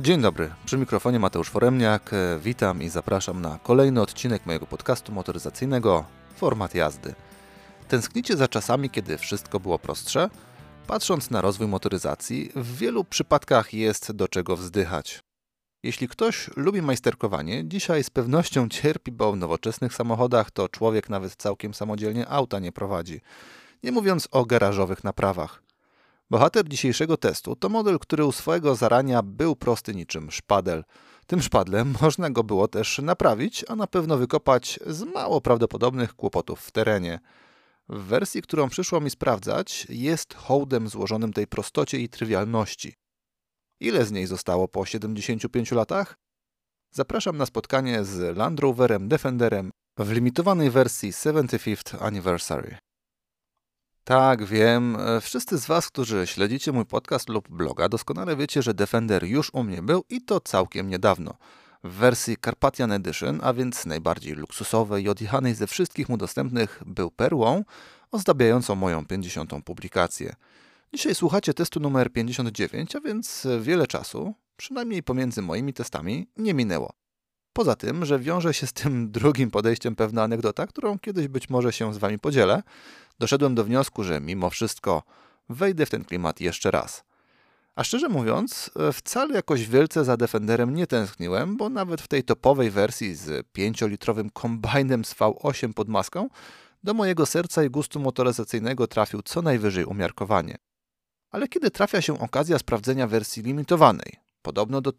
Dzień dobry, przy mikrofonie Mateusz Foremniak. Witam i zapraszam na kolejny odcinek mojego podcastu motoryzacyjnego Format jazdy. Tęsknicie za czasami, kiedy wszystko było prostsze? Patrząc na rozwój motoryzacji, w wielu przypadkach jest do czego wzdychać. Jeśli ktoś lubi majsterkowanie, dzisiaj z pewnością cierpi, bo w nowoczesnych samochodach to człowiek nawet całkiem samodzielnie auta nie prowadzi. Nie mówiąc o garażowych naprawach. Bohater dzisiejszego testu to model, który u swojego zarania był prosty niczym szpadel. Tym szpadlem można go było też naprawić, a na pewno wykopać z mało prawdopodobnych kłopotów w terenie. W wersji, którą przyszło mi sprawdzać, jest hołdem złożonym tej prostocie i trywialności. Ile z niej zostało po 75 latach? Zapraszam na spotkanie z Land Roverem Defenderem w limitowanej wersji 75th Anniversary. Tak, wiem. Wszyscy z Was, którzy śledzicie mój podcast lub bloga, doskonale wiecie, że Defender już u mnie był i to całkiem niedawno. W wersji Carpathian Edition, a więc najbardziej luksusowej i odjechanej ze wszystkich mu dostępnych, był perłą ozdabiającą moją 50. publikację. Dzisiaj słuchacie testu numer 59, a więc wiele czasu, przynajmniej pomiędzy moimi testami, nie minęło. Poza tym, że wiąże się z tym drugim podejściem pewna anegdota, którą kiedyś być może się z Wami podzielę, doszedłem do wniosku, że mimo wszystko wejdę w ten klimat jeszcze raz. A szczerze mówiąc, wcale jakoś wielce za Defenderem nie tęskniłem, bo nawet w tej topowej wersji z 5-litrowym kombajnem z V8 pod maską do mojego serca i gustu motoryzacyjnego trafił co najwyżej umiarkowanie. Ale kiedy trafia się okazja sprawdzenia wersji limitowanej, podobno do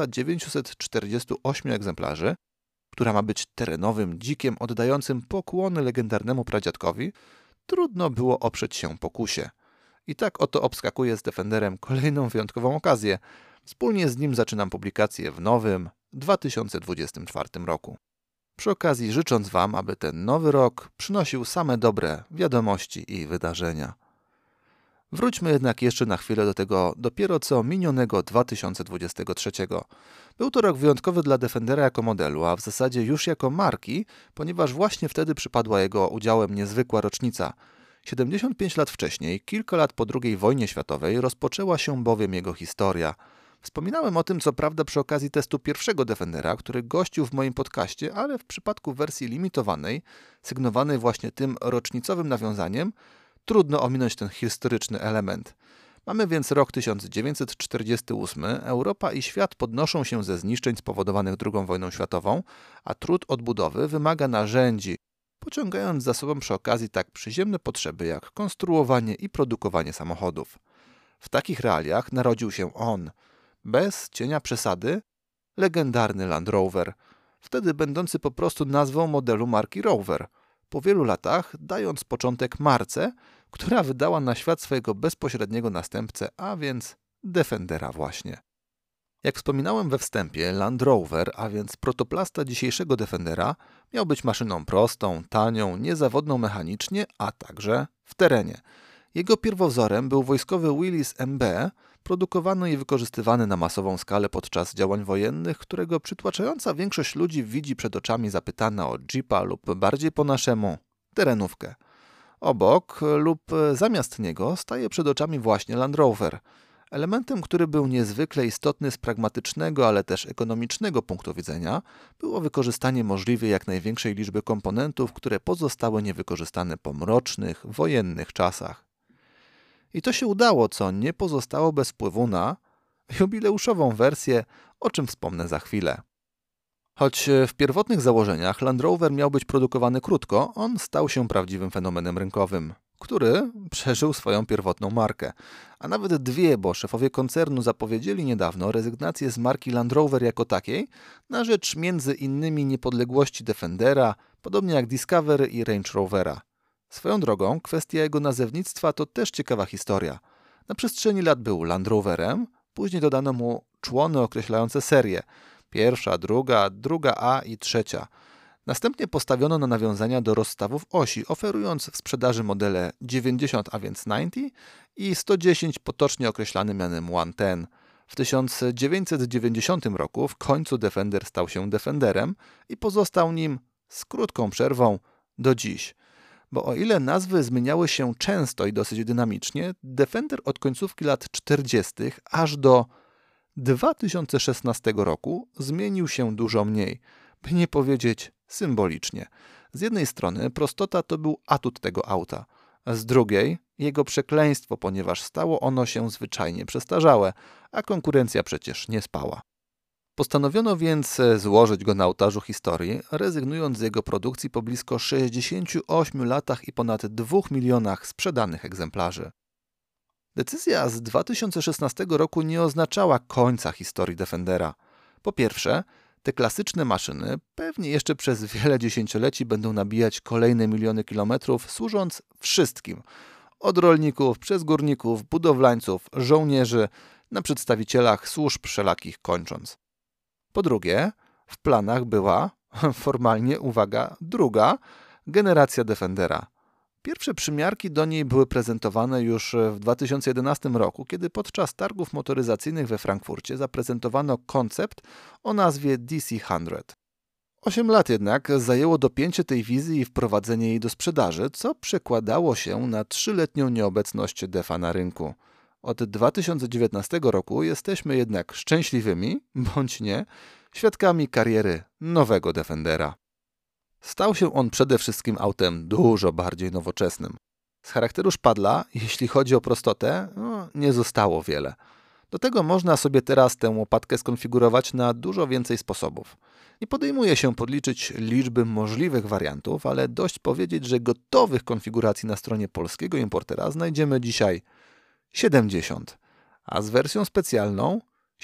1948 egzemplarzy, która ma być terenowym dzikiem oddającym pokłony legendarnemu pradziadkowi, trudno było oprzeć się pokusie. I tak oto obskakuję z Defenderem kolejną wyjątkową okazję. Wspólnie z nim zaczynam publikację w nowym 2024 roku. Przy okazji życząc Wam, aby ten nowy rok przynosił same dobre wiadomości i wydarzenia. Wróćmy jednak jeszcze na chwilę do tego dopiero co minionego 2023. Był to rok wyjątkowy dla Defendera jako modelu, a w zasadzie już jako marki, ponieważ właśnie wtedy przypadła jego udziałem niezwykła rocznica. 75 lat wcześniej, kilka lat po II wojnie światowej, rozpoczęła się bowiem jego historia. Wspominałem o tym co prawda przy okazji testu pierwszego Defendera, który gościł w moim podcaście, ale w przypadku wersji limitowanej, sygnowanej właśnie tym rocznicowym nawiązaniem, trudno ominąć ten historyczny element. Mamy więc rok 1948, Europa i świat podnoszą się ze zniszczeń spowodowanych II wojną światową, a trud odbudowy wymaga narzędzi, pociągając za sobą przy okazji tak przyziemne potrzeby jak konstruowanie i produkowanie samochodów. W takich realiach narodził się on, bez cienia przesady, legendarny Land Rover, wtedy będący po prostu nazwą modelu marki Rover, po wielu latach dając początek marce, która wydała na świat swojego bezpośredniego następcę, a więc Defendera właśnie. Jak wspominałem we wstępie, Land Rover, a więc protoplasta dzisiejszego Defendera, miał być maszyną prostą, tanią, niezawodną mechanicznie, a także w terenie. Jego pierwowzorem był wojskowy Willys MB, produkowany i wykorzystywany na masową skalę podczas działań wojennych, którego przytłaczająca większość ludzi widzi przed oczami zapytana o Jeepa lub bardziej po naszemu terenówkę. Obok lub zamiast niego staje przed oczami właśnie Land Rover. Elementem, który był niezwykle istotny z pragmatycznego, ale też ekonomicznego punktu widzenia, było wykorzystanie możliwie jak największej liczby komponentów, które pozostały niewykorzystane po mrocznych, wojennych czasach. I to się udało, co nie pozostało bez wpływu na jubileuszową wersję, o czym wspomnę za chwilę. Choć w pierwotnych założeniach Land Rover miał być produkowany krótko, on stał się prawdziwym fenomenem rynkowym, który przeżył swoją pierwotną markę. A nawet dwie, bo szefowie koncernu zapowiedzieli niedawno rezygnację z marki Land Rover jako takiej na rzecz między innymi niepodległości Defendera, podobnie jak Discovery i Range Rovera. Swoją drogą, kwestia jego nazewnictwa to też ciekawa historia. Na przestrzeni lat był Land Roverem, później dodano mu człony określające serię. Pierwsza, druga A i trzecia. Następnie postawiono na nawiązania do rozstawów osi, oferując w sprzedaży modele 90, a więc 90 i 110 potocznie określany mianem 110. W 1990 roku w końcu Defender stał się Defenderem i pozostał nim z krótką przerwą do dziś. Bo o ile nazwy zmieniały się często i dosyć dynamicznie, Defender od końcówki lat 40. aż do 2016 roku zmienił się dużo mniej, by nie powiedzieć symbolicznie. Z jednej strony prostota to był atut tego auta, a z drugiej jego przekleństwo, ponieważ stało ono się zwyczajnie przestarzałe, a konkurencja przecież nie spała. Postanowiono więc złożyć go na ołtarzu historii, rezygnując z jego produkcji po blisko 68 latach i ponad 2 milionach sprzedanych egzemplarzy. Decyzja z 2016 roku nie oznaczała końca historii Defendera. Po pierwsze, te klasyczne maszyny pewnie jeszcze przez wiele dziesięcioleci będą nabijać kolejne miliony kilometrów, służąc wszystkim. Od rolników, przez górników, budowlańców, żołnierzy, na przedstawicielach służb wszelakich kończąc. Po drugie, w planach była, formalnie, uwaga, druga generacja Defendera. Pierwsze przymiarki do niej były prezentowane już w 2011 roku, kiedy podczas targów motoryzacyjnych we Frankfurcie zaprezentowano koncept o nazwie DC100. 8 lat jednak zajęło dopięcie tej wizji i wprowadzenie jej do sprzedaży, co przekładało się na 3-letnią nieobecność Defa na rynku. Od 2019 roku jesteśmy jednak szczęśliwymi, bądź nie, świadkami kariery nowego Defendera. Stał się on przede wszystkim autem dużo bardziej nowoczesnym. Z charakteru szpadla, jeśli chodzi o prostotę, nie zostało wiele. Do tego można sobie teraz tę łopatkę skonfigurować na dużo więcej sposobów. Nie podejmuje się podliczyć liczby możliwych wariantów, ale dość powiedzieć, że gotowych konfiguracji na stronie polskiego importera znajdziemy dzisiaj 70, a z wersją specjalną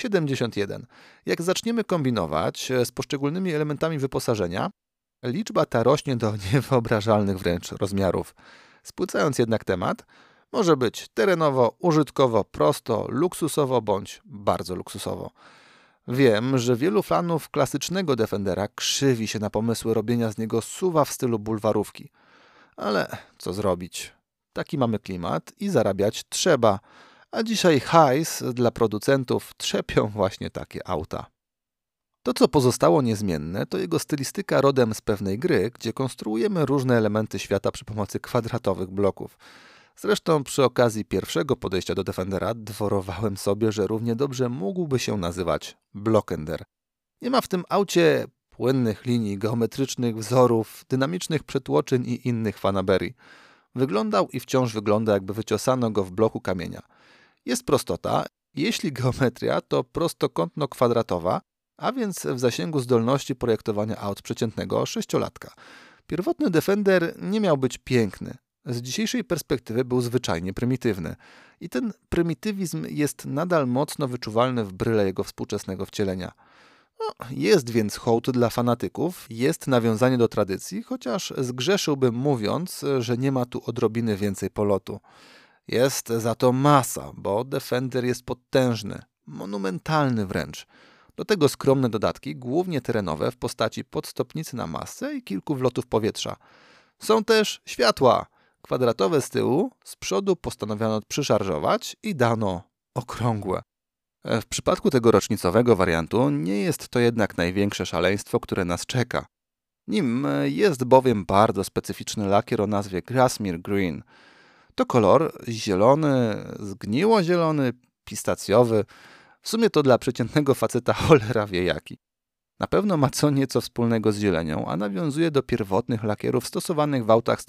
71. Jak zaczniemy kombinować z poszczególnymi elementami wyposażenia, liczba ta rośnie do niewyobrażalnych wręcz rozmiarów. Spłycając jednak temat, może być terenowo, użytkowo, prosto, luksusowo bądź bardzo luksusowo. Wiem, że wielu fanów klasycznego Defendera krzywi się na pomysły robienia z niego SUV-a w stylu bulwarówki. Ale co zrobić? Taki mamy klimat i zarabiać trzeba. A dzisiaj hajs dla producentów trzepią właśnie takie auta. To, co pozostało niezmienne, to jego stylistyka rodem z pewnej gry, gdzie konstruujemy różne elementy świata przy pomocy kwadratowych bloków. Zresztą przy okazji pierwszego podejścia do Defendera dworowałem sobie, że równie dobrze mógłby się nazywać Blockender. Nie ma w tym aucie płynnych linii, geometrycznych wzorów, dynamicznych przetłoczeń i innych fanaberii. Wyglądał i wciąż wygląda, jakby wyciosano go w bloku kamienia. Jest prostota, jeśli geometria to prostokątno-kwadratowa, a więc w zasięgu zdolności projektowania aut przeciętnego sześciolatka. Pierwotny Defender nie miał być piękny. Z dzisiejszej perspektywy był zwyczajnie prymitywny. I ten prymitywizm jest nadal mocno wyczuwalny w bryle jego współczesnego wcielenia. Jest więc hołd dla fanatyków, jest nawiązanie do tradycji, chociaż zgrzeszyłbym mówiąc, że nie ma tu odrobiny więcej polotu. Jest za to masa, bo Defender jest potężny, monumentalny wręcz. Do tego skromne dodatki, głównie terenowe w postaci podstopnicy na masę i kilku wlotów powietrza. Są też światła, kwadratowe z tyłu, z przodu postanowiono przyszarżować i dano okrągłe. W przypadku tego rocznicowego wariantu nie jest to jednak największe szaleństwo, które nas czeka. Nim jest bowiem bardzo specyficzny lakier o nazwie Grasmere Green. To kolor zielony, zgniło zielony, pistacjowy. W sumie to dla przeciętnego faceta cholera wie jaki. Na pewno ma co nieco wspólnego z zielenią, a nawiązuje do pierwotnych lakierów stosowanych w autach z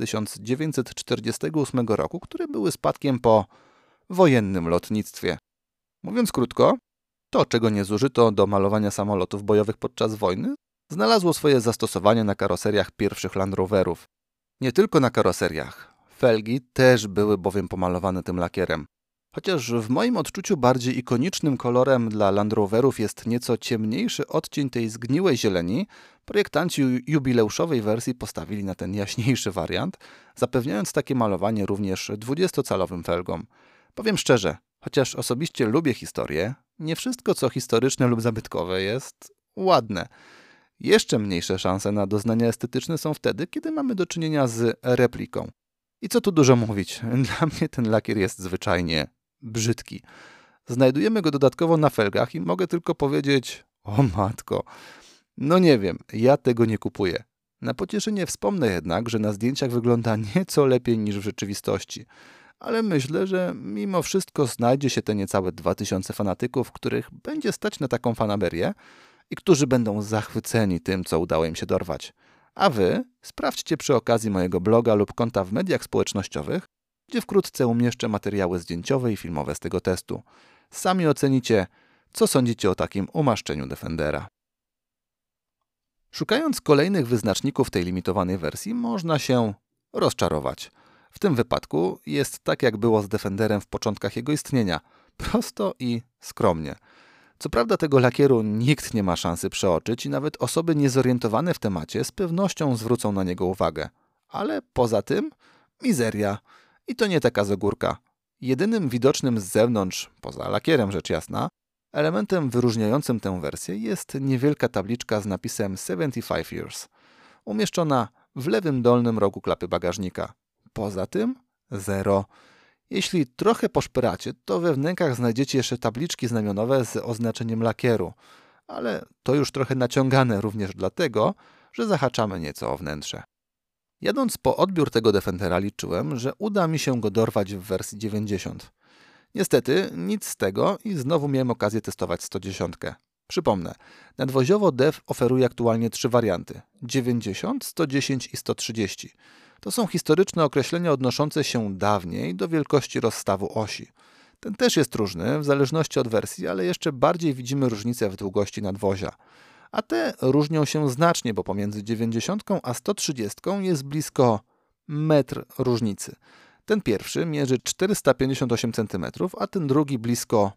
1948 roku, które były spadkiem po wojennym lotnictwie. Mówiąc krótko, to, czego nie zużyto do malowania samolotów bojowych podczas wojny, znalazło swoje zastosowanie na karoseriach pierwszych Land Roverów. Nie tylko na karoseriach. Felgi też były bowiem pomalowane tym lakierem. Chociaż w moim odczuciu bardziej ikonicznym kolorem dla Land Roverów jest nieco ciemniejszy odcień tej zgniłej zieleni, projektanci jubileuszowej wersji postawili na ten jaśniejszy wariant, zapewniając takie malowanie również 20-calowym felgom. Powiem szczerze, chociaż osobiście lubię historię, nie wszystko co historyczne lub zabytkowe jest ładne. Jeszcze mniejsze szanse na doznania estetyczne są wtedy, kiedy mamy do czynienia z repliką. I co tu dużo mówić, dla mnie ten lakier jest zwyczajnie brzydki. Znajdujemy go dodatkowo na felgach i mogę tylko powiedzieć, o matko, no nie wiem, ja tego nie kupuję. Na pocieszenie wspomnę jednak, że na zdjęciach wygląda nieco lepiej niż w rzeczywistości. ale myślę, że mimo wszystko znajdzie się te niecałe 2000 fanatyków, których będzie stać na taką fanaberię i którzy będą zachwyceni tym, co udało im się dorwać. A wy sprawdźcie przy okazji mojego bloga lub konta w mediach społecznościowych, gdzie wkrótce umieszczę materiały zdjęciowe i filmowe z tego testu. Sami ocenicie, co sądzicie o takim umaszczeniu Defendera. Szukając kolejnych wyznaczników tej limitowanej wersji, można się rozczarować. W tym wypadku jest tak, jak było z Defenderem w początkach jego istnienia. Prosto i skromnie. Co prawda tego lakieru nikt nie ma szansy przeoczyć i nawet osoby niezorientowane w temacie z pewnością zwrócą na niego uwagę. Ale poza tym mizeria. I to nie taka z ogórka. Jedynym widocznym z zewnątrz, poza lakierem rzecz jasna, elementem wyróżniającym tę wersję jest niewielka tabliczka z napisem 75 years, umieszczona w lewym dolnym rogu klapy bagażnika. Poza tym zero. Jeśli trochę poszperacie, to we wnękach znajdziecie jeszcze tabliczki znamionowe z oznaczeniem lakieru, ale to już trochę naciągane również dlatego, że zahaczamy nieco o wnętrze. Jadąc po odbiór tego Defendera liczyłem, że uda mi się go dorwać w wersji 90. Niestety nic z tego i znowu miałem okazję testować 110. Przypomnę, nadwoziowo Dev oferuje aktualnie 3 warianty: 90, 110 i 130. To są historyczne określenia odnoszące się dawniej do wielkości rozstawu osi. Ten też jest różny w zależności od wersji, ale jeszcze bardziej widzimy różnicę w długości nadwozia. A te różnią się znacznie, bo pomiędzy 90 a 130 jest blisko metr różnicy. Ten pierwszy mierzy 458 cm, a ten drugi blisko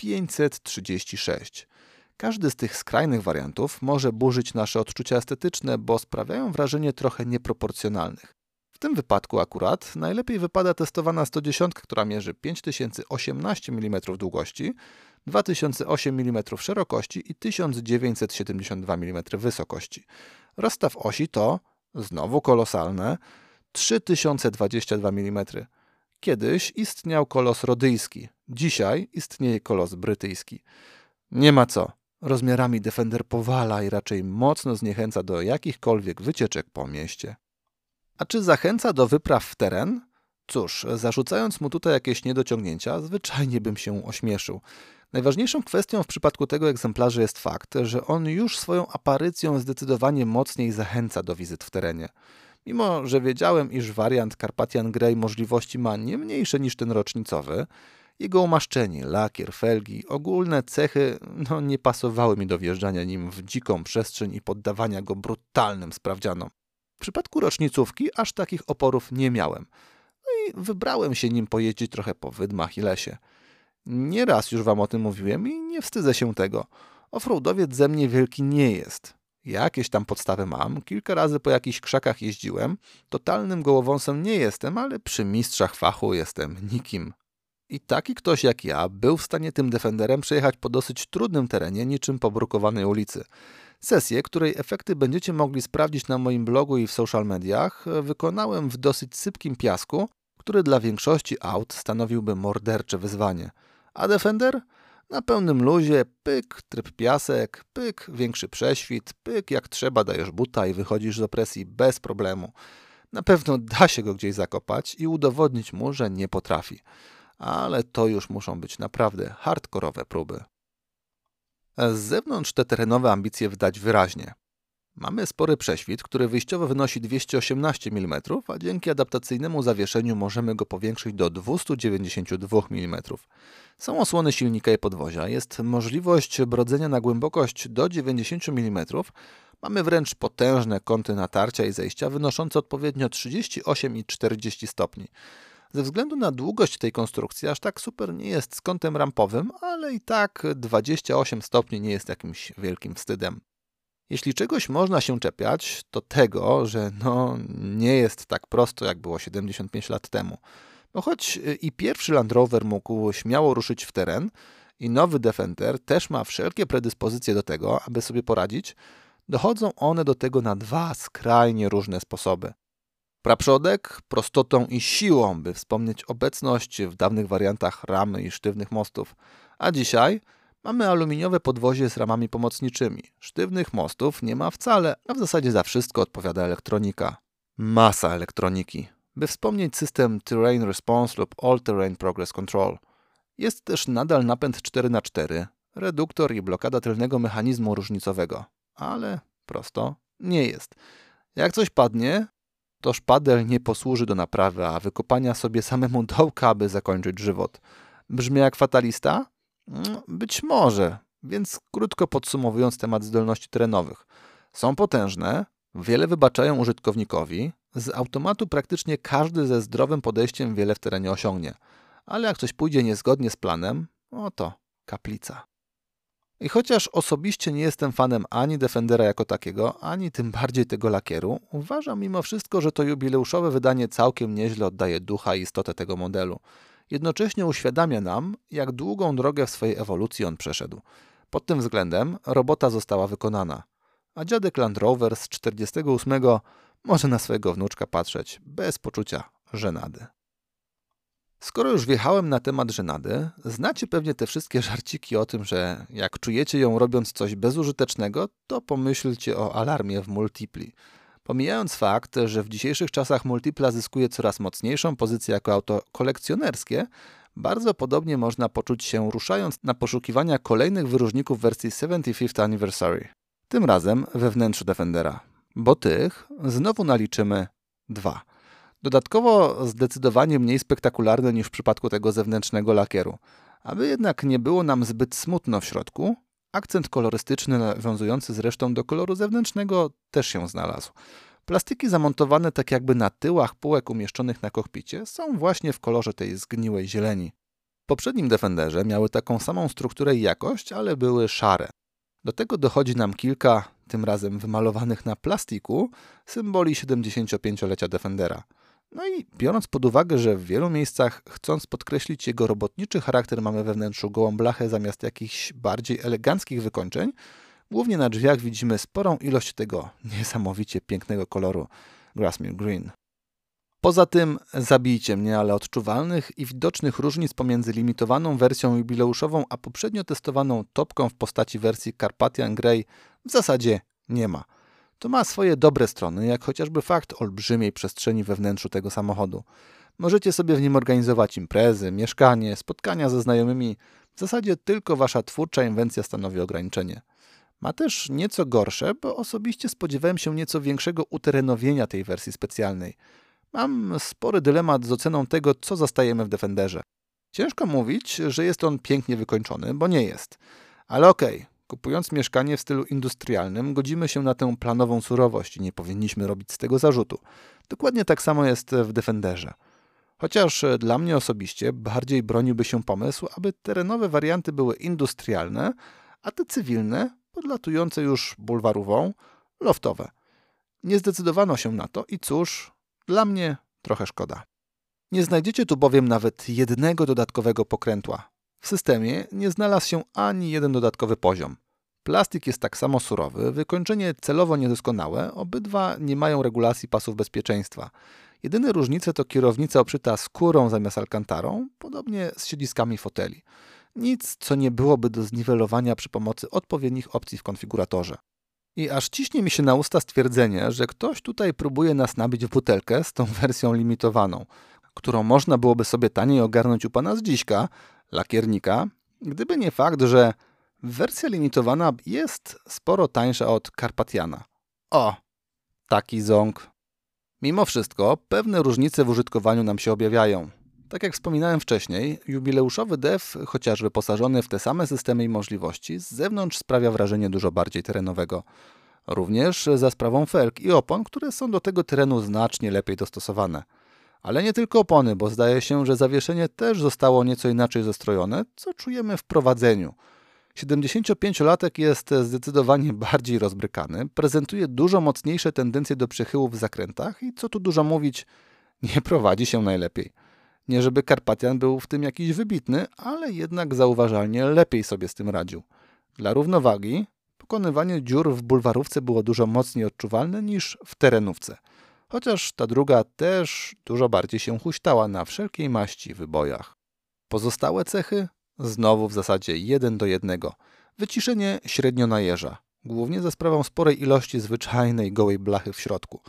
536. Każdy z tych skrajnych wariantów może burzyć nasze odczucia estetyczne, bo sprawiają wrażenie trochę nieproporcjonalnych. W tym wypadku akurat najlepiej wypada testowana 110, która mierzy 5018 mm długości, 2008 mm szerokości i 1972 mm wysokości. Rozstaw osi to, znowu kolosalne, 3022 mm. Kiedyś istniał kolos rodyjski, dzisiaj istnieje kolos brytyjski. Nie ma co. Rozmiarami Defender powala i raczej mocno zniechęca do jakichkolwiek wycieczek po mieście. A czy zachęca do wypraw w teren? Cóż, zarzucając mu tutaj jakieś niedociągnięcia, zwyczajnie bym się ośmieszył. Najważniejszą kwestią w przypadku tego egzemplarza jest fakt, że on już swoją aparycją zdecydowanie mocniej zachęca do wizyt w terenie. Mimo że wiedziałem, iż wariant Carpathian Grey możliwości ma nie mniejsze niż ten rocznicowy, jego umaszczenie, lakier, felgi, ogólne cechy nie pasowały mi do wjeżdżania nim w dziką przestrzeń i poddawania go brutalnym sprawdzianom. W przypadku rocznicówki aż takich oporów nie miałem. No i wybrałem się nim pojeździć trochę po wydmach i lesie. Nieraz już wam o tym mówiłem i nie wstydzę się tego. Offroadowiec ze mnie wielki nie jest. Jakieś tam podstawy mam, kilka razy po jakichś krzakach jeździłem, totalnym gołowąsem nie jestem, ale przy mistrzach fachu jestem nikim. I taki ktoś jak ja był w stanie tym Defenderem przejechać po dosyć trudnym terenie, niczym po brukowanej ulicy. Sesję, której efekty będziecie mogli sprawdzić na moim blogu i w social mediach, wykonałem w dosyć sypkim piasku, który dla większości aut stanowiłby mordercze wyzwanie. A Defender? Na pełnym luzie, pyk, tryb piasek, pyk, większy prześwit, pyk, jak trzeba dajesz buta i wychodzisz z opresji bez problemu. Na pewno da się go gdzieś zakopać i udowodnić mu, że nie potrafi. Ale to już muszą być naprawdę hardkorowe próby. Z zewnątrz te terenowe ambicje widać wyraźnie. Mamy spory prześwit, który wyjściowo wynosi 218 mm, a dzięki adaptacyjnemu zawieszeniu możemy go powiększyć do 292 mm. Są osłony silnika i podwozia, jest możliwość brodzenia na głębokość do 90 mm, mamy wręcz potężne kąty natarcia i zejścia wynoszące odpowiednio 38 i 40 stopni. Ze względu na długość tej konstrukcji aż tak super nie jest z kątem rampowym, ale i tak 28 stopni nie jest jakimś wielkim wstydem. Jeśli czegoś można się czepiać, to tego, że nie jest tak prosto, jak było 75 lat temu. Bo choć i pierwszy Land Rover mógł śmiało ruszyć w teren i nowy Defender też ma wszelkie predyspozycje do tego, aby sobie poradzić, dochodzą one do tego na dwa skrajnie różne sposoby. Praprzodek prostotą i siłą, by wspomnieć obecność w dawnych wariantach ramy i sztywnych mostów, a dzisiaj mamy aluminiowe podwozie z ramami pomocniczymi. Sztywnych mostów nie ma wcale, a w zasadzie za wszystko odpowiada elektronika. Masa elektroniki. by wspomnieć system Terrain Response lub All Terrain Progress Control. Jest też nadal napęd 4x4, reduktor i blokada tylnego mechanizmu różnicowego, ale prosto nie jest. Jak coś padnie, to szpadel nie posłuży do naprawy, a wykopania sobie samemu dołka, aby zakończyć żywot. Brzmi jak fatalista? Być może, więc krótko podsumowując temat zdolności terenowych. Są potężne, wiele wybaczają użytkownikowi, z automatu praktycznie każdy ze zdrowym podejściem wiele w terenie osiągnie. Ale jak coś pójdzie niezgodnie z planem, to kaplica. I chociaż osobiście nie jestem fanem ani Defendera jako takiego, ani tym bardziej tego lakieru, uważam mimo wszystko, że to jubileuszowe wydanie całkiem nieźle oddaje ducha i istotę tego modelu. Jednocześnie uświadamia nam, jak długą drogę w swojej ewolucji on przeszedł. Pod tym względem robota została wykonana. A dziadek Land Rover z 48 może na swojego wnuczka patrzeć bez poczucia żenady. Skoro już wjechałem na temat żenady, znacie pewnie te wszystkie żarciki o tym, że jak czujecie ją robiąc coś bezużytecznego, to pomyślcie o alarmie w multipli. Pomijając fakt, że w dzisiejszych czasach multipla zyskuje coraz mocniejszą pozycję jako auto kolekcjonerskie, bardzo podobnie można poczuć się ruszając na poszukiwania kolejnych wyróżników wersji 75th Anniversary. Tym razem we wnętrzu Defendera, bo tych znowu naliczymy 2. Dodatkowo zdecydowanie mniej spektakularne niż w przypadku tego zewnętrznego lakieru. Aby jednak nie było nam zbyt smutno w środku, akcent kolorystyczny nawiązujący zresztą do koloru zewnętrznego też się znalazł. Plastiki zamontowane tak jakby na tyłach półek umieszczonych na kokpicie są właśnie w kolorze tej zgniłej zieleni. W poprzednim Defenderze miały taką samą strukturę i jakość, ale były szare. Do tego dochodzi nam kilka, tym razem wymalowanych na plastiku, symboli 75-lecia Defendera. No i biorąc pod uwagę, że w wielu miejscach, chcąc podkreślić jego robotniczy charakter, mamy we wnętrzu gołą blachę zamiast jakichś bardziej eleganckich wykończeń, głównie na drzwiach widzimy sporą ilość tego niesamowicie pięknego koloru Grasmere Green. Poza tym, zabijcie mnie, ale odczuwalnych i widocznych różnic pomiędzy limitowaną wersją jubileuszową a poprzednio testowaną topką w postaci wersji Carpathian Grey w zasadzie nie ma. To ma swoje dobre strony, jak chociażby fakt olbrzymiej przestrzeni we wnętrzu tego samochodu. Możecie sobie w nim organizować imprezy, mieszkanie, spotkania ze znajomymi. W zasadzie tylko wasza twórcza inwencja stanowi ograniczenie. Ma też nieco gorsze, bo osobiście spodziewałem się nieco większego uterenowienia tej wersji specjalnej. Mam spory dylemat z oceną tego, co zastajemy w Defenderze. Ciężko mówić, że jest on pięknie wykończony, bo nie jest. Ale okej. Kupując mieszkanie w stylu industrialnym, godzimy się na tę planową surowość i nie powinniśmy robić z tego zarzutu. Dokładnie tak samo jest w Defenderze. Chociaż dla mnie osobiście bardziej broniłby się pomysł, aby terenowe warianty były industrialne, a te cywilne, podlatujące już bulwarową, loftowe. Nie zdecydowano się na to i cóż, dla mnie trochę szkoda. Nie znajdziecie tu bowiem nawet jednego dodatkowego pokrętła. W systemie nie znalazł się ani jeden dodatkowy poziom. Plastik jest tak samo surowy, wykończenie celowo niedoskonałe, obydwa nie mają regulacji pasów bezpieczeństwa. Jedyne różnice to kierownica obszyta skórą zamiast alkantarą, podobnie z siedziskami foteli. Nic, co nie byłoby do zniwelowania przy pomocy odpowiednich opcji w konfiguratorze. I aż ciśnie mi się na usta stwierdzenie, że ktoś tutaj próbuje nas nabić w butelkę z tą wersją limitowaną, którą można byłoby sobie taniej ogarnąć u pana z dziśka, lakiernika, gdyby nie fakt, że wersja limitowana jest sporo tańsza od Carpathiana. O, taki ząg. Mimo wszystko pewne różnice w użytkowaniu nam się objawiają. Tak jak wspominałem wcześniej, jubileuszowy DEF, chociaż wyposażony w te same systemy i możliwości, z zewnątrz sprawia wrażenie dużo bardziej terenowego. Również za sprawą felg i opon, które są do tego terenu znacznie lepiej dostosowane. Ale nie tylko opony, bo zdaje się, że zawieszenie też zostało nieco inaczej zestrojone, co czujemy w prowadzeniu. 75-latek jest zdecydowanie bardziej rozbrykany, prezentuje dużo mocniejsze tendencje do przechyłów w zakrętach i co tu dużo mówić, nie prowadzi się najlepiej. Nie żeby Carpathian był w tym jakiś wybitny, ale jednak zauważalnie lepiej sobie z tym radził. Dla równowagi pokonywanie dziur w bulwarówce było dużo mocniej odczuwalne niż w terenówce. Chociaż ta druga też dużo bardziej się huśtała na wszelkiej maści wybojach. Pozostałe cechy? Znowu w zasadzie 1:1. Wyciszenie średnio na jeża, głównie za sprawą sporej ilości zwyczajnej gołej blachy w środku.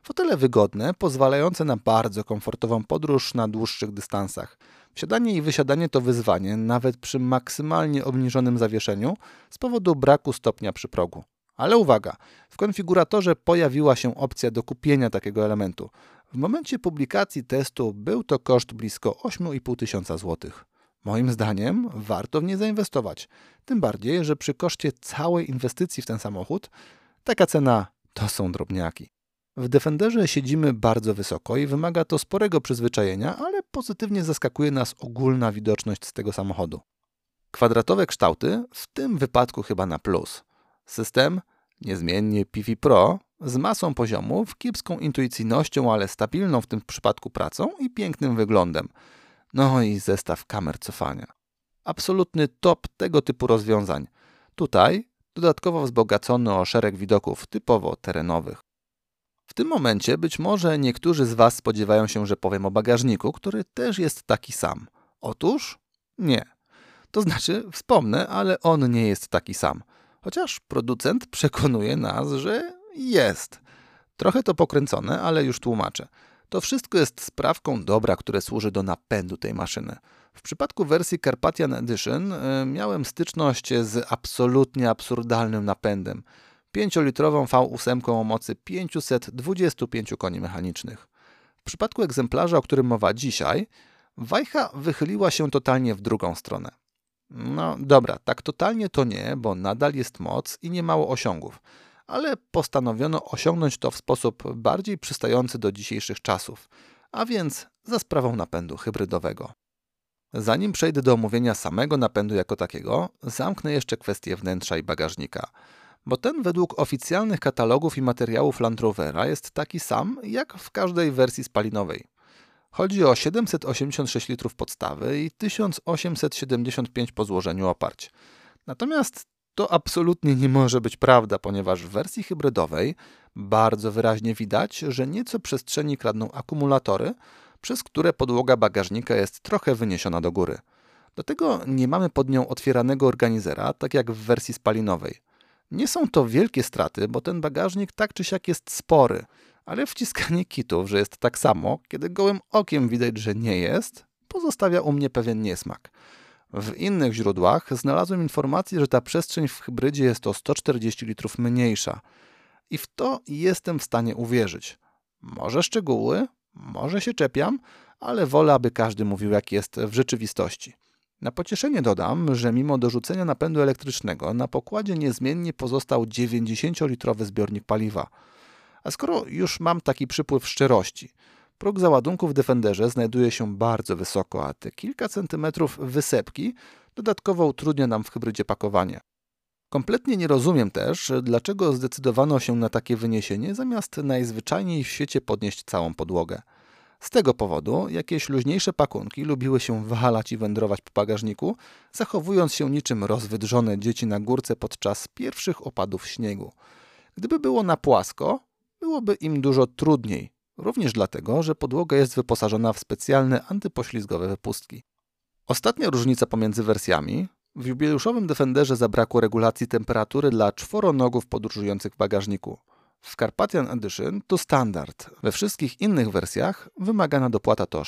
Fotele wygodne, pozwalające na bardzo komfortową podróż na dłuższych dystansach. Wsiadanie i wysiadanie to wyzwanie, nawet przy maksymalnie obniżonym zawieszeniu z powodu braku stopnia przy progu. Ale uwaga, w konfiguratorze pojawiła się opcja do kupienia takiego elementu. W momencie publikacji testu był to koszt blisko 8,5 tysiąca złotych. Moim zdaniem warto w nie zainwestować, tym bardziej, że przy koszcie całej inwestycji w ten samochód taka cena to są drobniaki. W Defenderze siedzimy bardzo wysoko i wymaga to sporego przyzwyczajenia, ale pozytywnie zaskakuje nas ogólna widoczność z tego samochodu. Kwadratowe kształty, w tym wypadku chyba na plus. System, niezmiennie PV Pro, z masą poziomów, kiepską intuicyjnością, ale stabilną w tym przypadku pracą i pięknym wyglądem. No i zestaw kamer cofania. Absolutny top tego typu rozwiązań. Tutaj dodatkowo wzbogacony o szereg widoków typowo terenowych. W tym momencie być może niektórzy z Was spodziewają się, że powiem o bagażniku, który też jest taki sam. Otóż nie. To znaczy wspomnę, ale on nie jest taki sam. Chociaż producent przekonuje nas, że jest. Trochę to pokręcone, ale już tłumaczę. To wszystko jest sprawką dobra, które służy do napędu tej maszyny. W przypadku wersji Carpathian Edition miałem styczność z absolutnie absurdalnym napędem. 5-litrową V8 o mocy 525 koni mechanicznych. W przypadku egzemplarza, o którym mowa dzisiaj, wajcha wychyliła się totalnie w drugą stronę. No dobra, tak totalnie to nie, bo nadal jest moc i niemało osiągów, ale postanowiono osiągnąć to w sposób bardziej przystający do dzisiejszych czasów, a więc za sprawą napędu hybrydowego. Zanim przejdę do omówienia samego napędu jako takiego, zamknę jeszcze kwestię wnętrza i bagażnika, bo ten według oficjalnych katalogów i materiałów Land Rovera jest taki sam jak w każdej wersji spalinowej. Chodzi o 786 litrów podstawy i 1875 po złożeniu oparć. Natomiast to absolutnie nie może być prawda, ponieważ w wersji hybrydowej bardzo wyraźnie widać, że nieco przestrzeni kradną akumulatory, przez które podłoga bagażnika jest trochę wyniesiona do góry. Do tego nie mamy pod nią otwieranego organizera, tak jak w wersji spalinowej. Nie są to wielkie straty, bo ten bagażnik tak czy siak jest spory, ale wciskanie kitów, że jest tak samo, kiedy gołym okiem widać, że nie jest, pozostawia u mnie pewien niesmak. W innych źródłach znalazłem informację, że ta przestrzeń w hybrydzie jest o 140 litrów mniejsza. I w to jestem w stanie uwierzyć. Może szczegóły, może się czepiam, ale wolę, aby każdy mówił, jak jest w rzeczywistości. Na pocieszenie dodam, że mimo dorzucenia napędu elektrycznego na pokładzie niezmiennie pozostał 90-litrowy zbiornik paliwa. A skoro już mam taki przypływ szczerości, próg załadunku w Defenderze znajduje się bardzo wysoko, a te kilka centymetrów wysepki dodatkowo utrudnia nam w hybrydzie pakowanie. Kompletnie nie rozumiem też, dlaczego zdecydowano się na takie wyniesienie, zamiast najzwyczajniej w świecie podnieść całą podłogę. Z tego powodu jakieś luźniejsze pakunki lubiły się walać i wędrować po bagażniku, zachowując się niczym rozwydrzone dzieci na górce podczas pierwszych opadów śniegu. Gdyby było na płasko, byłoby im dużo trudniej, również dlatego, że podłoga jest wyposażona w specjalne antypoślizgowe wypustki. Ostatnia różnica pomiędzy wersjami. W jubileuszowym Defenderze zabrakło regulacji temperatury dla czworonogów podróżujących w bagażniku. W Carpathian Edition to standard. We wszystkich innych wersjach wymagana dopłata to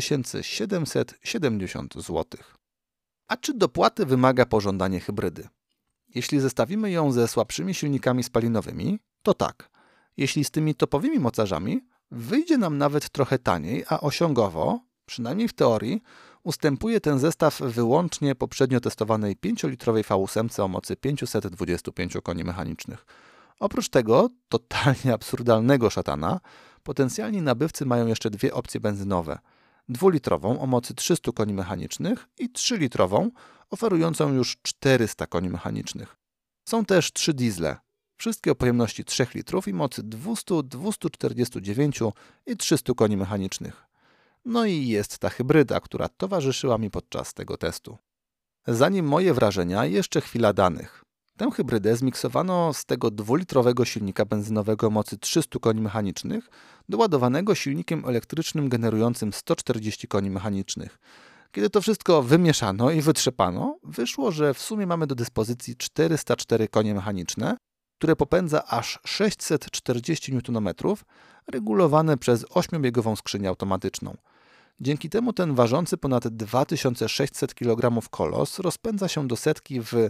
6770 zł. A czy dopłaty wymaga pożądanie hybrydy? Jeśli zestawimy ją ze słabszymi silnikami spalinowymi, to tak. Jeśli z tymi topowymi mocarzami, wyjdzie nam nawet trochę taniej, a osiągowo, przynajmniej w teorii, ustępuje ten zestaw wyłącznie poprzednio testowanej 5-litrowej V8 o mocy 525 koni mechanicznych. Oprócz tego totalnie absurdalnego szatana, potencjalni nabywcy mają jeszcze dwie opcje benzynowe. 2-litrową o mocy 300 koni mechanicznych i 3-litrową oferującą już 400 koni mechanicznych. Są też 3 diesle, wszystkie o pojemności 3 litrów i mocy 200, 249 i 300 koni mechanicznych. No i jest ta hybryda, która towarzyszyła mi podczas tego testu. Zanim moje wrażenia, jeszcze chwila danych. Tę hybrydę zmiksowano z tego 2-litrowego silnika benzynowego o mocy 300 koni mechanicznych, doładowanego silnikiem elektrycznym generującym 140 koni mechanicznych. Kiedy to wszystko wymieszano i wytrzepano, wyszło, że w sumie mamy do dyspozycji 404 konie mechaniczne, które popędza aż 640 Nm, regulowane przez 8-biegową skrzynię automatyczną. Dzięki temu ten ważący ponad 2600 kg kolos rozpędza się do setki w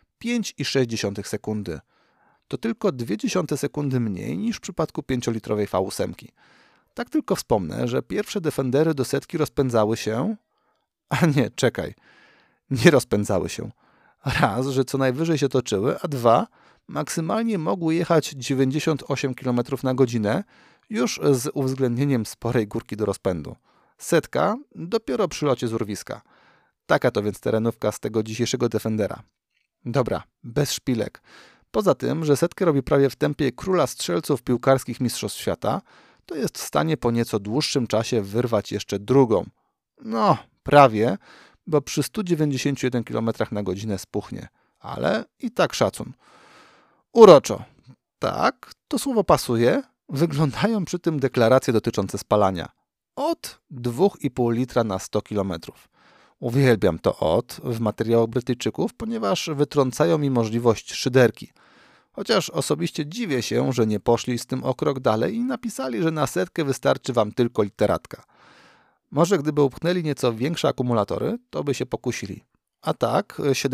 5,6 sekundy. To tylko 0,2 sekundy mniej niż w przypadku 5-litrowej V8. Tak tylko wspomnę, że pierwsze Defendery do setki rozpędzały się... A nie, czekaj. Nie rozpędzały się. Raz, że co najwyżej się toczyły, a dwa, maksymalnie mogły jechać 98 km na godzinę, już z uwzględnieniem sporej górki do rozpędu. Setka dopiero przy locie z urwiska. Taka to więc terenówka z tego dzisiejszego Defendera. Dobra, bez szpilek. Poza tym, że setkę robi prawie w tempie króla strzelców piłkarskich mistrzostw świata, to jest w stanie po nieco dłuższym czasie wyrwać jeszcze drugą. No, prawie, bo przy 191 km na godzinę spuchnie. Ale i tak szacun. Uroczo. Tak, to słowo pasuje. Wyglądają przy tym deklaracje dotyczące spalania. Od 2,5 litra na 100 km. Uwielbiam to od w materiałach Brytyjczyków, ponieważ wytrącają mi możliwość szyderki. Chociaż osobiście dziwię się, że nie poszli z tym o krok dalej i napisali, że na setkę wystarczy wam tylko literatka. Może gdyby upchnęli nieco większe akumulatory, to by się pokusili. A tak,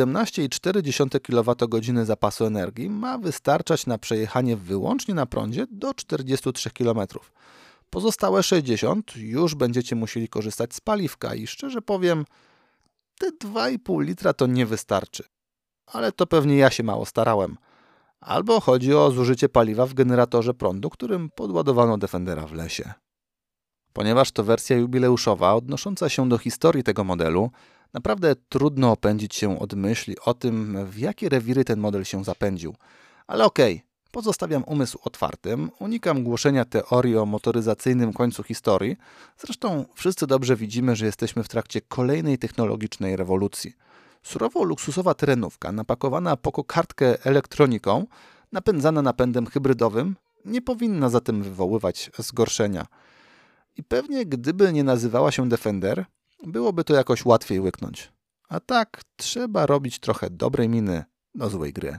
17,4 kWh zapasu energii ma wystarczać na przejechanie wyłącznie na prądzie do 43 km. Pozostałe 60 już będziecie musieli korzystać z paliwka i szczerze powiem, te 2,5 litra to nie wystarczy. Ale to pewnie ja się mało starałem. Albo chodzi o zużycie paliwa w generatorze prądu, którym podładowano Defendera w lesie. Ponieważ to wersja jubileuszowa odnosząca się do historii tego modelu, naprawdę trudno opędzić się od myśli o tym, w jakie rewiry ten model się zapędził. Ale okej, pozostawiam umysł otwartym, unikam głoszenia teorii o motoryzacyjnym końcu historii. Zresztą wszyscy dobrze widzimy, że jesteśmy w trakcie kolejnej technologicznej rewolucji. Surowo luksusowa terenówka, napakowana po kokardkę elektroniką, napędzana napędem hybrydowym, nie powinna zatem wywoływać zgorszenia. I pewnie gdyby nie nazywała się Defender, byłoby to jakoś łatwiej łyknąć. A tak trzeba robić trochę dobrej miny do złej gry.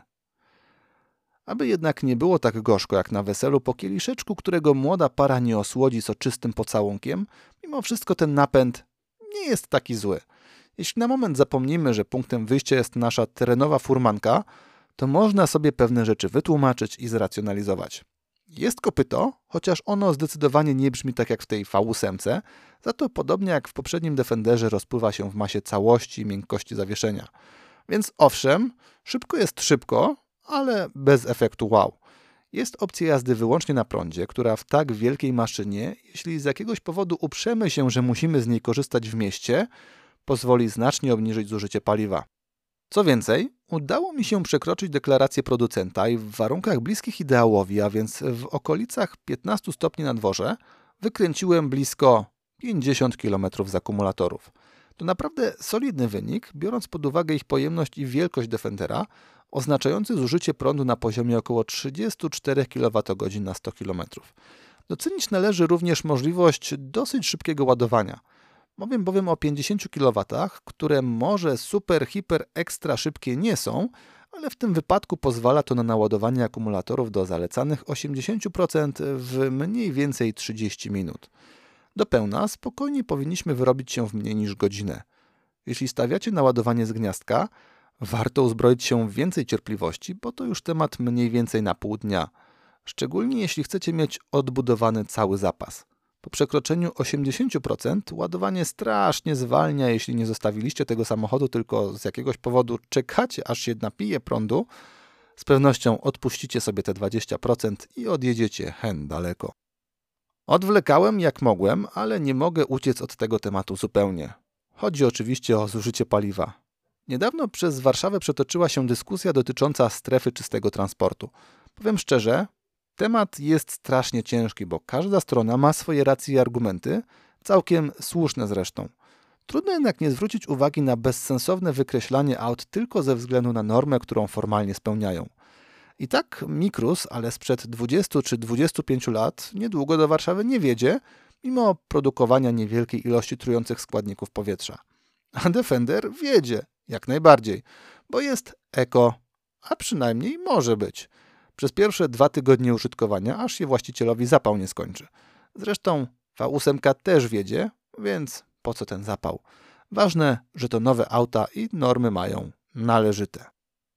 Aby jednak nie było tak gorzko jak na weselu po kieliszeczku, którego młoda para nie osłodzi soczystym pocałunkiem, mimo wszystko ten napęd nie jest taki zły. Jeśli na moment zapomnimy, że punktem wyjścia jest nasza terenowa furmanka, to można sobie pewne rzeczy wytłumaczyć i zracjonalizować. Jest kopyto, chociaż ono zdecydowanie nie brzmi tak jak w tej V8, za to podobnie jak w poprzednim Defenderze rozpływa się w masie całości i miękkości zawieszenia. Więc owszem, szybko jest szybko, ale bez efektu wow. Jest opcja jazdy wyłącznie na prądzie, która w tak wielkiej maszynie, jeśli z jakiegoś powodu uprzemy się, że musimy z niej korzystać w mieście, pozwoli znacznie obniżyć zużycie paliwa. Co więcej, udało mi się przekroczyć deklarację producenta i w warunkach bliskich ideałowi, a więc w okolicach 15 stopni na dworze, wykręciłem blisko 50 km z akumulatorów. To naprawdę solidny wynik, biorąc pod uwagę ich pojemność i wielkość Defendera, oznaczający zużycie prądu na poziomie około 34 kWh na 100 km. Docenić należy również możliwość dosyć szybkiego ładowania. Mówię bowiem o 50 kW, które może super, hiper, ekstra szybkie nie są, ale w tym wypadku pozwala to na naładowanie akumulatorów do zalecanych 80% w mniej więcej 30 minut. Do pełna spokojnie powinniśmy wyrobić się w mniej niż godzinę. Jeśli stawiacie naładowanie z gniazdka, warto uzbroić się w więcej cierpliwości, bo to już temat mniej więcej na pół dnia. Szczególnie jeśli chcecie mieć odbudowany cały zapas. Po przekroczeniu 80% ładowanie strasznie zwalnia, jeśli nie zostawiliście tego samochodu, tylko z jakiegoś powodu czekacie, aż się napije prądu. Z pewnością odpuścicie sobie te 20% i odjedziecie hen daleko. Odwlekałem jak mogłem, ale nie mogę uciec od tego tematu zupełnie. Chodzi oczywiście o zużycie paliwa. Niedawno przez Warszawę przetoczyła się dyskusja dotycząca strefy czystego transportu. Powiem szczerze, temat jest strasznie ciężki, bo każda strona ma swoje racje i argumenty, całkiem słuszne zresztą. Trudno jednak nie zwrócić uwagi na bezsensowne wykreślanie aut tylko ze względu na normę, którą formalnie spełniają. I tak Mikrus, ale sprzed 20 czy 25 lat, niedługo do Warszawy nie wiedzie, mimo produkowania niewielkiej ilości trujących składników powietrza. A Defender wiedzie, jak najbardziej, bo jest eko, a przynajmniej może być. przez pierwsze 2 tygodnie użytkowania, aż się właścicielowi zapał nie skończy. Zresztą V8 też wiedzie, więc po co ten zapał? Ważne, że to nowe auta i normy mają należyte.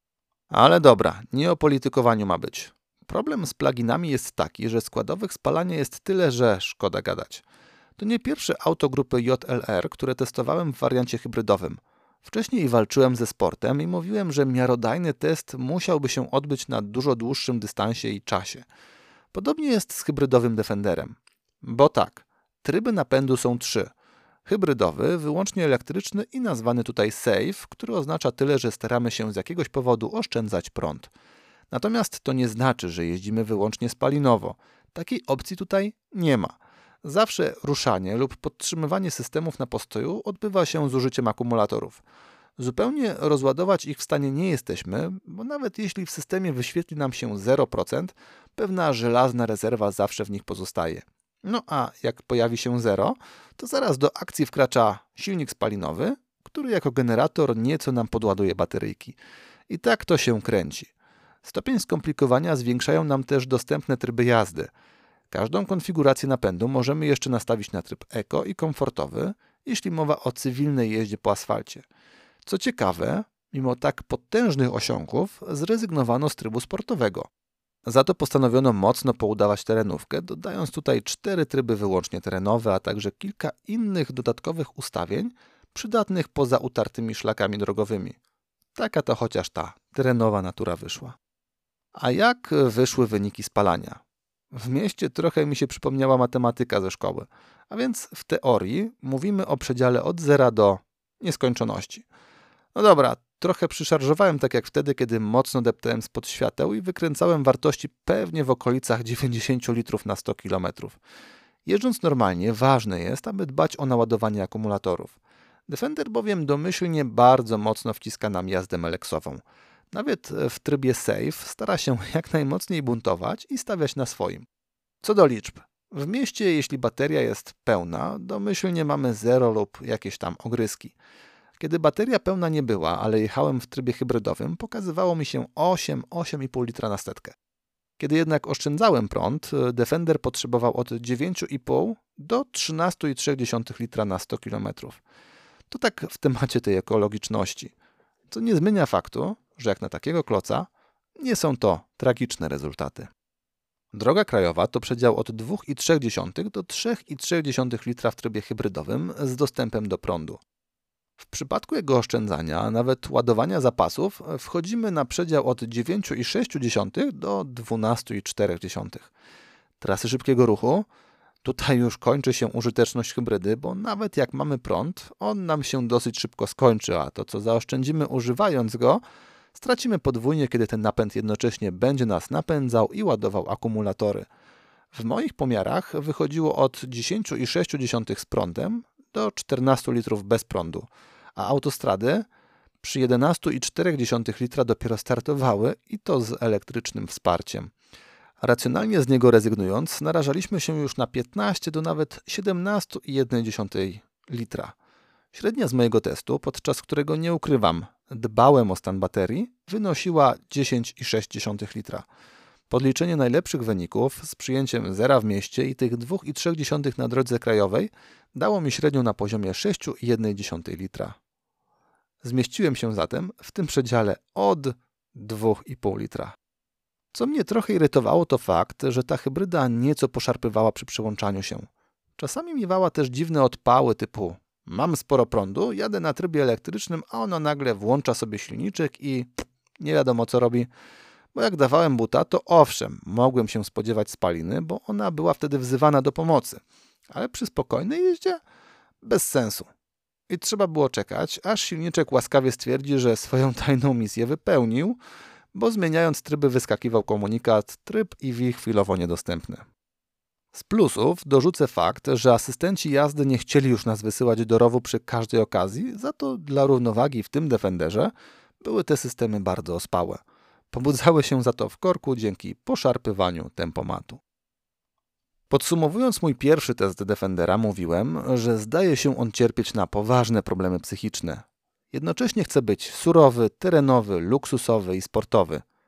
Ale dobra, nie o politykowaniu ma być. Problem z pluginami jest taki, że składowych spalania jest tyle, że szkoda gadać. To nie pierwsze auto grupy JLR, które testowałem w wariancie hybrydowym. Wcześniej walczyłem ze sportem i mówiłem, że miarodajny test musiałby się odbyć na dużo dłuższym dystansie i czasie. Podobnie jest z hybrydowym Defenderem. Bo tak, tryby napędu są 3. Hybrydowy, wyłącznie elektryczny i nazwany tutaj safe, który oznacza tyle, że staramy się z jakiegoś powodu oszczędzać prąd. Natomiast to nie znaczy, że jeździmy wyłącznie spalinowo. Takiej opcji tutaj nie ma. Zawsze ruszanie lub podtrzymywanie systemów na postoju odbywa się z użyciem akumulatorów. Zupełnie rozładować ich w stanie nie jesteśmy, bo nawet jeśli w systemie wyświetli nam się 0%, pewna żelazna rezerwa zawsze w nich pozostaje. No a jak pojawi się 0, to zaraz do akcji wkracza silnik spalinowy, który jako generator nieco nam podładuje bateryjki. I tak to się kręci. Stopień skomplikowania zwiększają nam też dostępne tryby jazdy. Każdą konfigurację napędu możemy jeszcze nastawić na tryb eko i komfortowy, jeśli mowa o cywilnej jeździe po asfalcie. Co ciekawe, mimo tak potężnych osiągów zrezygnowano z trybu sportowego. Za to postanowiono mocno poudawać terenówkę, dodając tutaj 4 tryby wyłącznie terenowe, a także kilka innych dodatkowych ustawień przydatnych poza utartymi szlakami drogowymi. Taka to chociaż ta terenowa natura wyszła. A jak wyszły wyniki spalania? W mieście trochę mi się przypomniała matematyka ze szkoły, a więc w teorii mówimy o przedziale od 0 do nieskończoności. No dobra, trochę przyszarżowałem tak jak wtedy, kiedy mocno deptałem spod świateł i wykręcałem wartości pewnie w okolicach 90 litrów na 100 km. Jeżdżąc normalnie, ważne jest, aby dbać o naładowanie akumulatorów. Defender bowiem domyślnie bardzo mocno wciska nam jazdę meleksową. Nawet w trybie safe stara się jak najmocniej buntować i stawiać na swoim. Co do liczb. W mieście, jeśli bateria jest pełna, domyślnie mamy 0 lub jakieś tam ogryski. Kiedy bateria pełna nie była, ale jechałem w trybie hybrydowym, pokazywało mi się 8,5 litra na setkę. Kiedy jednak oszczędzałem prąd, Defender potrzebował od 9,5 do 13,3 litra na 100 km. To tak w temacie tej ekologiczności. Co nie zmienia faktu, że jak na takiego kloca, nie są to tragiczne rezultaty. Droga krajowa to przedział od 2,3 do 3,3 litra w trybie hybrydowym z dostępem do prądu. W przypadku jego oszczędzania, nawet ładowania zapasów, wchodzimy na przedział od 9,6 do 12,4. Trasy szybkiego ruchu? Tutaj już kończy się użyteczność hybrydy, bo nawet jak mamy prąd, on nam się dosyć szybko skończy, a to co zaoszczędzimy używając go, stracimy podwójnie, kiedy ten napęd jednocześnie będzie nas napędzał i ładował akumulatory. W moich pomiarach wychodziło od 10,6 z prądem do 14 litrów bez prądu, a autostrady przy 11,4 litra dopiero startowały i to z elektrycznym wsparciem. Racjonalnie z niego rezygnując, narażaliśmy się już na 15 do nawet 17,1 litra. Średnia z mojego testu, podczas którego nie ukrywam, dbałem o stan baterii, wynosiła 10,6 litra. Podliczenie najlepszych wyników z przyjęciem 0 w mieście i tych 2,3 na drodze krajowej dało mi średnią na poziomie 6,1 litra. Zmieściłem się zatem w tym przedziale od 2,5 litra. Co mnie trochę irytowało, to fakt, że ta hybryda nieco poszarpywała przy przełączaniu się. Czasami miewała też dziwne odpały typu mam sporo prądu, jadę na trybie elektrycznym, a ono nagle włącza sobie silniczek i nie wiadomo co robi. Bo jak dawałem buta, to owszem, mogłem się spodziewać spaliny, bo ona była wtedy wzywana do pomocy. Ale przy spokojnej jeździe? Bez sensu. I trzeba było czekać, aż silniczek łaskawie stwierdzi, że swoją tajną misję wypełnił, bo zmieniając tryby wyskakiwał komunikat tryb EV chwilowo niedostępny. Z plusów dorzucę fakt, że asystenci jazdy nie chcieli już nas wysyłać do rowu przy każdej okazji, za to dla równowagi w tym Defenderze były te systemy bardzo ospałe. Pobudzały się za to w korku dzięki poszarpywaniu tempomatu. Podsumowując mój pierwszy test Defendera, mówiłem, że zdaje się on cierpieć na poważne problemy psychiczne. Jednocześnie chce być surowy, terenowy, luksusowy i sportowy.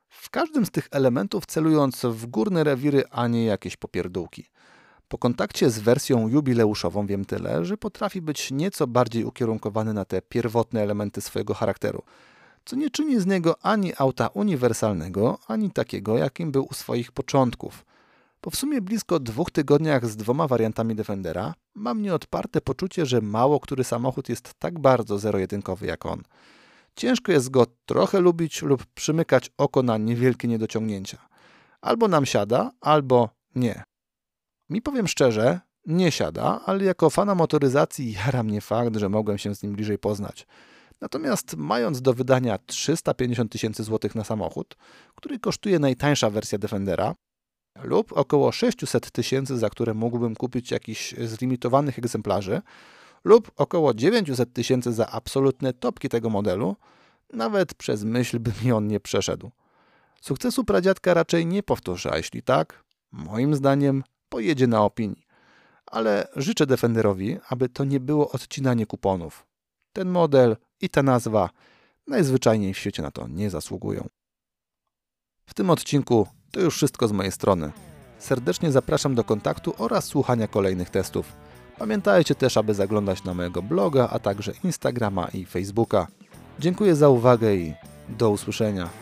W każdym z tych elementów celując w górne rewiry, a nie jakieś popierdółki. Po kontakcie z wersją jubileuszową wiem tyle, że potrafi być nieco bardziej ukierunkowany na te pierwotne elementy swojego charakteru, co nie czyni z niego ani auta uniwersalnego, ani takiego, jakim był u swoich początków. Po w sumie blisko 2 tygodniach z 2 wariantami Defendera mam nieodparte poczucie, że mało który samochód jest tak bardzo zero-jedynkowy jak on. Ciężko jest go trochę lubić lub przymykać oko na niewielkie niedociągnięcia. Albo nam siada, albo nie. Mi powiem szczerze, nie siada, ale jako fana motoryzacji jara mnie fakt, że mogłem się z nim bliżej poznać. Natomiast mając do wydania 350 000 złotych na samochód, który kosztuje najtańsza wersja Defendera, lub około 600 000, za które mógłbym kupić jakiś z limitowanych egzemplarzy, lub około 900 000 za absolutne topki tego modelu, nawet przez myśl by mi on nie przeszedł. Sukcesu pradziadka raczej nie powtórzy, a jeśli tak, moim zdaniem pojedzie na opinii. Ale życzę Defenderowi, aby to nie było odcinanie kuponów. Ten model i ta nazwa najzwyczajniej w świecie na to nie zasługują. W tym odcinku to już wszystko z mojej strony. Serdecznie zapraszam do kontaktu oraz słuchania kolejnych testów. Pamiętajcie też, aby zaglądać na mojego bloga, a także Instagrama i Facebooka. Dziękuję za uwagę i do usłyszenia.